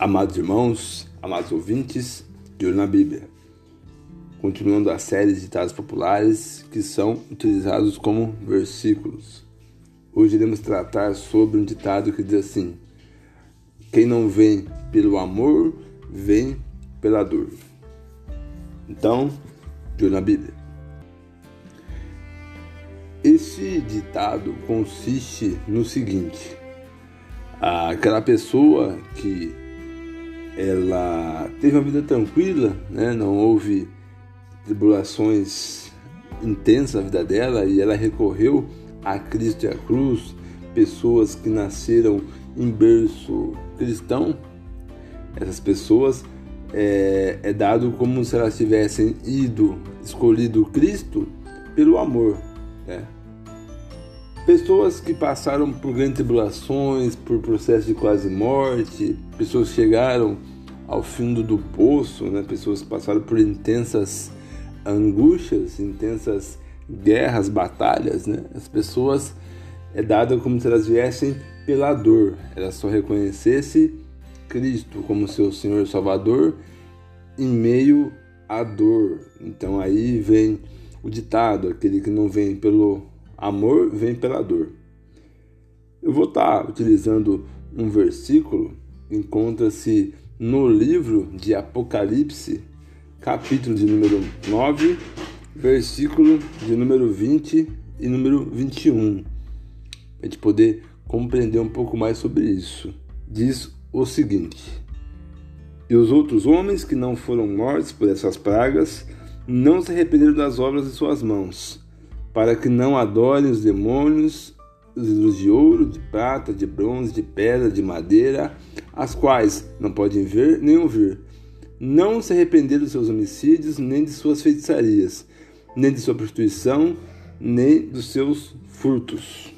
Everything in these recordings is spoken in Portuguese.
Amados irmãos, amados ouvintes, de Olho na Bíblia. Continuando a série de ditados populares que são utilizados como versículos. Hoje iremos tratar sobre um ditado que diz assim: quem não vem pelo amor, vem pela dor. Então, de Olho na Bíblia. Esse ditado consiste no seguinte: aquela pessoa que ela teve uma vida tranquila, né? Não houve tribulações intensas na vida dela e ela recorreu a Cristo e a cruz. Pessoas que nasceram em berço cristão, essas pessoas é dado como se elas tivessem escolhido Cristo pelo amor, né? Pessoas que passaram por grandes tribulações, por processo de quase morte, pessoas que chegaram ao fundo do poço, né? Pessoas que passaram por intensas angústias, intensas guerras, batalhas, né? As pessoas é dada como se elas viessem pela dor, elas só reconhecessem Cristo como seu Senhor e Salvador em meio à dor. Então aí vem o ditado: aquele que não vem pelo amor, vem pela dor. Eu vou estar utilizando um versículo que encontra-se no livro de Apocalipse, capítulo de número 9, versículo de número 20 e número 21. Para a gente poder compreender um pouco mais sobre isso. Diz o seguinte: e os outros homens que não foram mortos por essas pragas não se arrependeram das obras de suas mãos, para que não adorem os demônios, os ídolos de ouro, de prata, de bronze, de pedra, de madeira, as quais não podem ver nem ouvir. Não se arrependeram dos seus homicídios, nem de suas feitiçarias, nem de sua prostituição, nem dos seus furtos.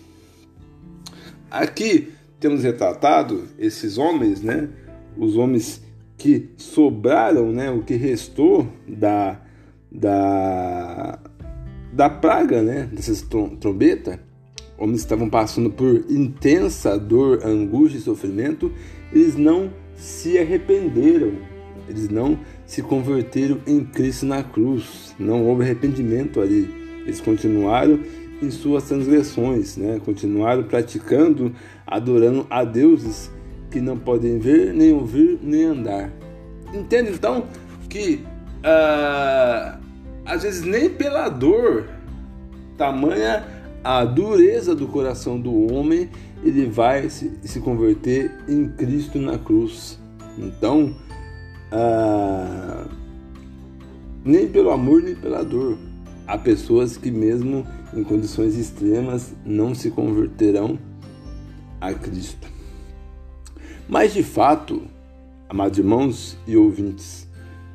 Aqui temos retratado esses homens, né? Os homens que sobraram, né? O que restou da praga, né? Dessas trombetas. Homens que estavam passando por intensa dor, angústia e sofrimento. Eles não se arrependeram, eles não se converteram em Cristo na cruz, não houve arrependimento ali. Eles continuaram em suas transgressões, né? Continuaram praticando, adorando a deuses que não podem ver, nem ouvir, nem andar. Entende então que às vezes nem pela dor, tamanha a dureza do coração do homem, ele vai se converter em Cristo na cruz. Então, nem pelo amor nem pela dor. Há pessoas que mesmo em condições extremas não se converterão a Cristo. Mas de fato, amados irmãos e ouvintes,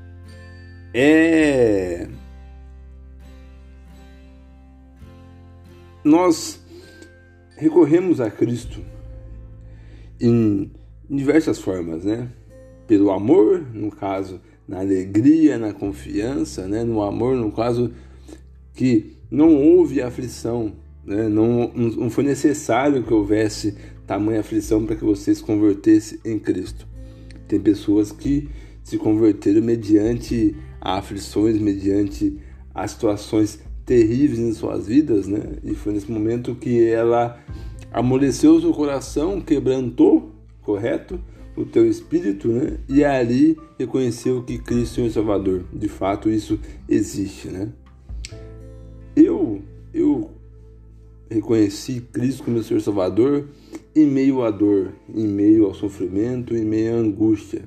nós recorremos a Cristo em diversas formas, né? Pelo amor, no caso, na alegria, na confiança, né? No amor, no caso que não houve aflição, né? Não foi necessário que houvesse tamanha aflição para que você se convertesse em Cristo. Tem pessoas que se converteram mediante aflições, mediante as situações terríveis em suas vidas, né? E foi nesse momento que ela amoleceu o seu coração, quebrantou, correto? O teu espírito, né? E ali reconheceu que Cristo é o Salvador. De fato, isso existe, né? Eu reconheci Cristo como meu Senhor Salvador em meio à dor, em meio ao sofrimento, em meio à angústia.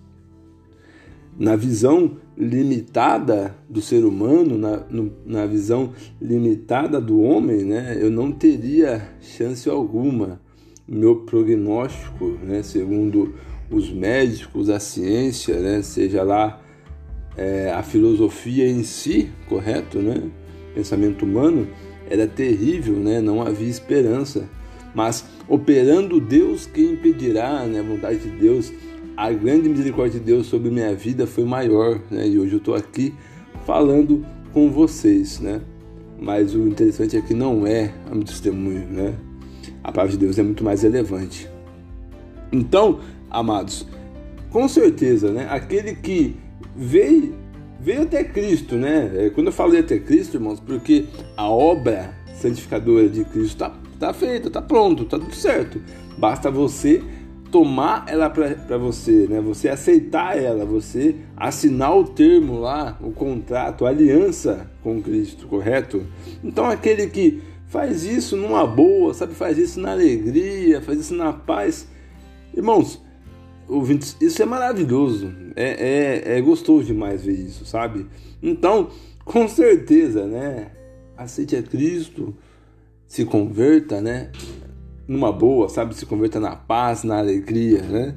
Na visão limitada do ser humano, na visão limitada do homem, né? Eu não teria chance alguma. Meu prognóstico, né, segundo os médicos, a ciência, né, seja lá a filosofia em si, correto, né, pensamento humano, era terrível, né, não havia esperança. Mas operando Deus, quem impedirá, né, a vontade de Deus, a grande misericórdia de Deus sobre minha vida foi maior, né, e hoje eu estou aqui falando com vocês, né. Mas o interessante é que não é o meu testemunho, né. A palavra de Deus é muito mais relevante. Então, amados, com certeza, né, aquele que veio até Cristo, né? Quando eu falei até Cristo, irmãos, porque a obra santificadora de Cristo tá feita, tá pronto, tá tudo certo. Basta você tomar ela para você, né? Você aceitar ela, você assinar o termo lá, o contrato, a aliança com Cristo, correto? Então aquele que faz isso numa boa, sabe, faz isso na alegria, faz isso na paz, irmãos, ouvintes, isso é maravilhoso, é gostoso demais ver isso, sabe? Então, com certeza, né? Aceite a Cristo, se converta, né? Numa boa, sabe? Se converta na paz, na alegria, né?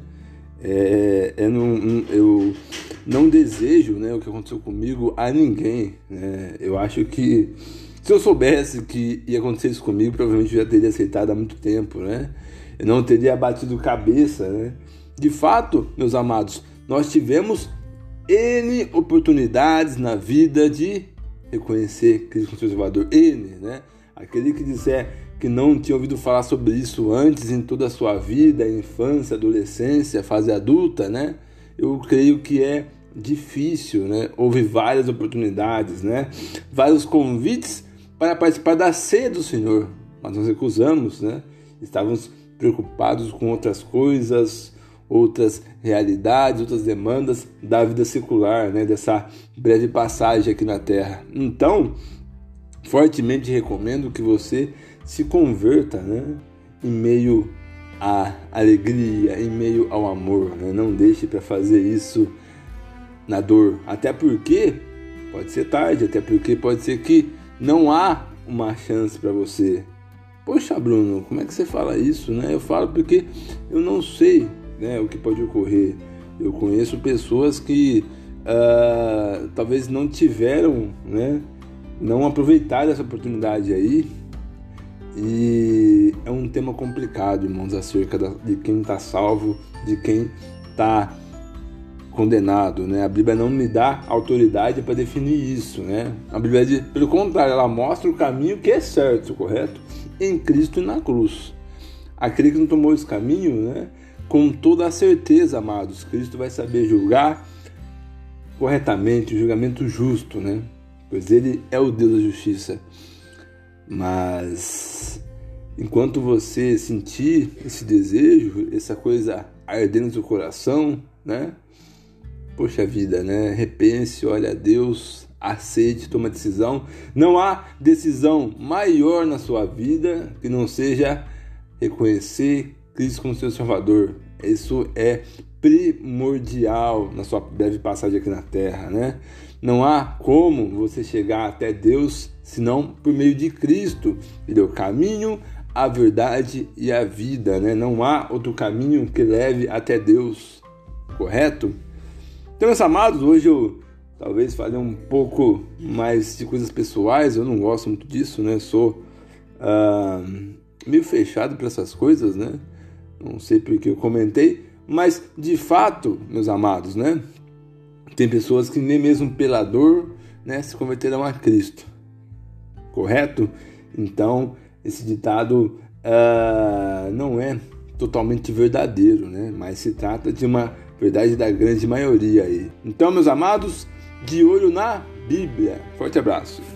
Eu não desejo, né, o que aconteceu comigo a ninguém, né? Eu acho que se eu soubesse que ia acontecer isso comigo, provavelmente eu já teria aceitado há muito tempo, né? Eu não teria batido cabeça, né? De fato, meus amados, nós tivemos N oportunidades na vida de reconhecer Cristo como seu Salvador. N, né? Aquele que disser que não tinha ouvido falar sobre isso antes em toda a sua vida, infância, adolescência, fase adulta, né? Eu creio que é difícil, né? Houve várias oportunidades, né? Vários convites para participar da ceia do Senhor, mas nós recusamos, né? Estávamos preocupados com outras coisas, outras realidades, outras demandas da vida secular, né? Dessa breve passagem aqui na Terra. Então, fortemente recomendo que você se converta, né? Em meio à alegria, em meio ao amor, né? Não deixe para fazer isso na dor, até porque pode ser tarde, até porque pode ser que não há uma chance para você. Poxa, Bruno, como é que você fala isso, né? Eu falo porque eu não sei, né, o que pode ocorrer. Eu conheço pessoas que talvez não tiveram, né, não aproveitaram essa oportunidade aí. E é um tema complicado, irmãos, acerca de quem está salvo, de quem está condenado, né? A Bíblia não me dá autoridade para definir isso, né? A Bíblia, pelo contrário, ela mostra o caminho que é certo, correto? Em Cristo e na cruz. Aquele que não tomou esse caminho, né? Com toda a certeza, amados, Cristo vai saber julgar corretamente, o julgamento justo, né? Pois Ele é o Deus da justiça. Mas enquanto você sentir esse desejo, essa coisa ardendo no seu coração, né? Poxa vida, né? Repense, olha a Deus, aceite, toma decisão. Não há decisão maior na sua vida que não seja reconhecer Cristo como seu Salvador. Isso é primordial na sua breve passagem aqui na Terra, né? Não há como você chegar até Deus senão por meio de Cristo. Ele é o caminho, a verdade e a vida, né? Não há outro caminho que leve até Deus, correto? Então, meus amados, hoje eu talvez falei um pouco mais de coisas pessoais. Eu não gosto muito disso, né? Sou meio fechado para essas coisas, né? Não sei porque eu comentei, mas de fato, meus amados, né? Tem pessoas que nem mesmo pela dor, né, se converterão a Cristo, correto? Então, esse ditado não é totalmente verdadeiro, né? Mas se trata de uma verdade da grande maioria aí. Então, meus amados, de olho na Bíblia. Forte abraço.